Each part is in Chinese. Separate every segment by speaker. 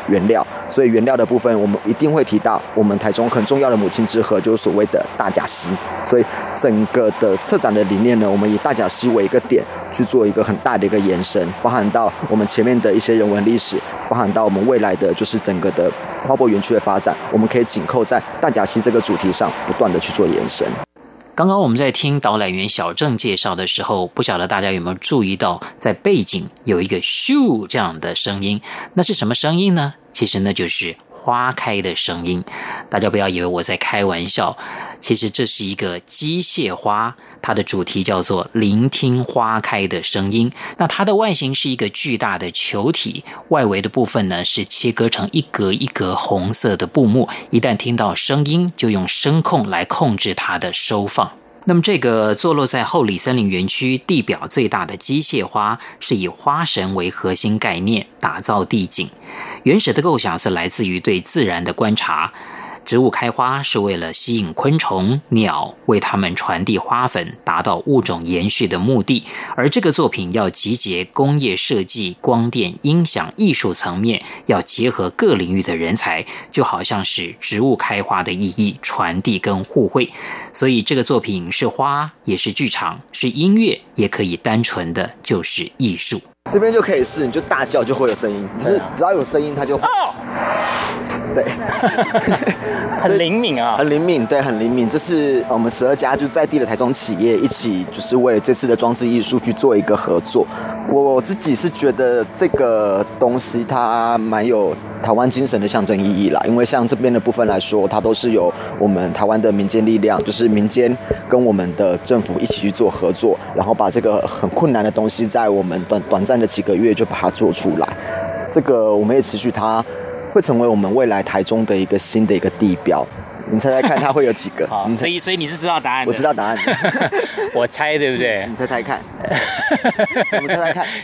Speaker 1: 原料，所以原料的部分我们一定会提到我们台中很重要的母亲之河，就是所谓的大甲溪。所以整个的策展的理念呢，我们以大甲溪为一个点去做一个很大的一个延伸，包含到我们前面的一些人文历史，包含到我们未来的就是整个的花博园区的发展，我们可以紧扣在大甲溪这个主题上不断的去做延伸。
Speaker 2: 刚刚我们在听导览员小郑介绍的时候，不晓得大家有没有注意到，在背景有一个咻这样的声音，那是什么声音呢？其实那就是花开的声音。大家不要以为我在开玩笑，其实这是一个机械花，它的主题叫做聆听花开的声音。那它的外形是一个巨大的球体，外围的部分呢是切割成一格一格红色的布幕，一旦听到声音就用声控来控制它的收放。那么这个坐落在后里森林园区地表最大的机械花，是以花神为核心概念打造地景。原始的构想是来自于对自然的观察，植物开花是为了吸引昆虫、鸟，为它们传递花粉，达到物种延续的目的。而这个作品要集结工业设计、光电、音响、艺术层面，要结合各领域的人才，就好像是植物开花的意义传递跟互惠。所以这个作品是花，也是剧场，是音乐，也可以单纯的就是艺术。
Speaker 1: 这边就可以是，你就大叫就会有声音，就是只要有声音它就会。对，
Speaker 3: 很灵敏啊，
Speaker 1: 很灵敏，对，很灵敏。这是我们12家就在地的台中企业一起，就是为了这次的装置艺术去做一个合作。我自己是觉得这个东西它蛮有台湾精神的象征意义啦，因为像这边的部分来说，它都是由我们台湾的民间力量，就是民间跟我们的政府一起去做合作，然后把这个很困难的东西，在我们短暂的几个月就把它做出来。这个我们也持续它会成为我们未来台中的一个新的一个地标。你猜猜看，它会有几个？
Speaker 3: 好，所以你是知道答案的。
Speaker 1: 我知道答案。
Speaker 3: 我猜对不对？
Speaker 1: 你猜猜看。我们猜猜看。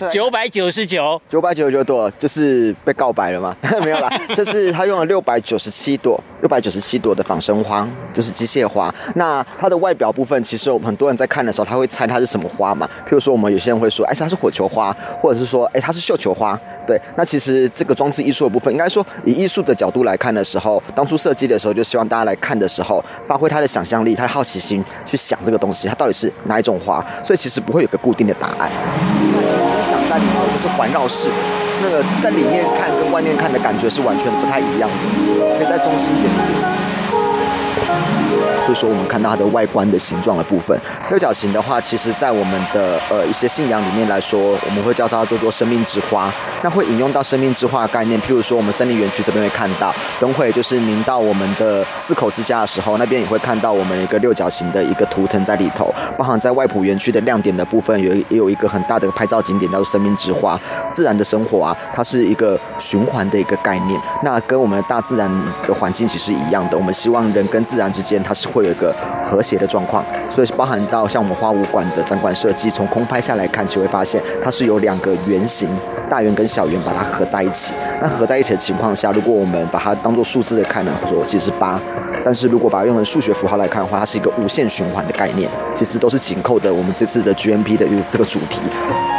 Speaker 3: 999。
Speaker 1: 999朵，就是被告白了吗？没有啦，这是他用了697朵的仿生花，就是机械花。那它的外表部分，其实我们很多人在看的时候，他会猜它是什么花嘛？譬如说，我们有些人会说，它是火球花，或者是说，它是绣球花。对，那其实这个装置艺术的部分，应该说以艺术的角度来看的时候，当初设计的时候，就希望大家来看的时候，发挥他的想象力、他的好奇心，去想这个东西它到底是哪一种花，所以其实不会有个固定的答案。你想在里面就是环绕式，那个在里面看跟外面看的感觉是完全不太一样的，可以在中心一点。就是说我们看到它的外观的形状的部分，六角形的话，其实在我们的一些信仰里面来说，我们会叫它做生命之花。那会引用到生命之花的概念，譬如说我们森林园区这边会看到，等会就是您到我们的4口之家的时候，那边也会看到我们一个六角形的一个图腾在里头，包含在外埔园区的亮点的部分，也有一个很大的拍照景点叫做生命之花。自然的生活啊，它是一个循环的一个概念，那跟我们的大自然的环境其实一样的，我们希望人跟自然之间它是会有一个和谐的状况，所以包含到像我们花舞馆的展馆设计，从空拍下来看，就会发现它是有2个圆形，大圆跟小圆把它合在一起。那合在一起的情况下，如果我们把它当作数字的看呢，其实是8，但是如果把它用成数学符号来看的话，它是一个无限循环的概念，其实都是紧扣的我们这次的 GMP 的这个主题。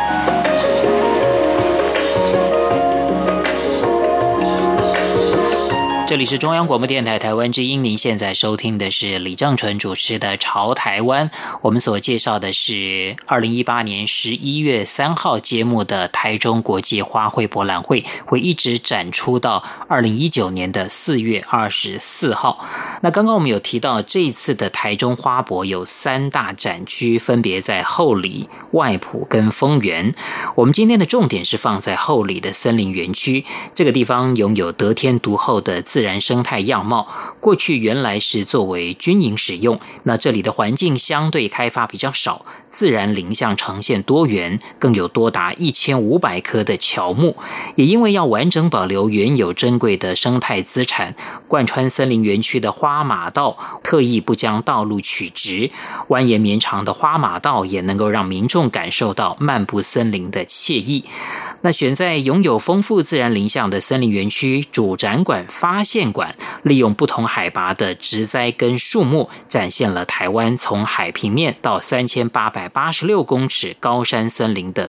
Speaker 2: 这里是中央广播电台台湾之音，您现在收听的是李正淳主持的《潮台湾》。我们所介绍的是2018年11月3号揭幕的台中国际花卉博览会，会一直展出到2019年的4月24号。那刚刚我们有提到，这一次的台中花博有3大展区，分别在后里、外埔跟丰原。我们今天的重点是放在后里的森林园区，这个地方拥有得天独厚的自然生态样貌，过去原来是作为军营使用，那这里的环境相对开发比较少，自然林相呈现多元，更有多达1500棵的乔木。也因为要完整保留原有珍贵的生态资产，贯穿森林园区的花马道特意不将道路取直，蜿蜒绵长的花马道也能够让民众感受到漫步森林的惬意。那选在拥有丰富自然林相的森林园区，主展馆发现馆利用不同海拔的植栽跟树木，展现了台湾从海平面到3886公尺高山森林的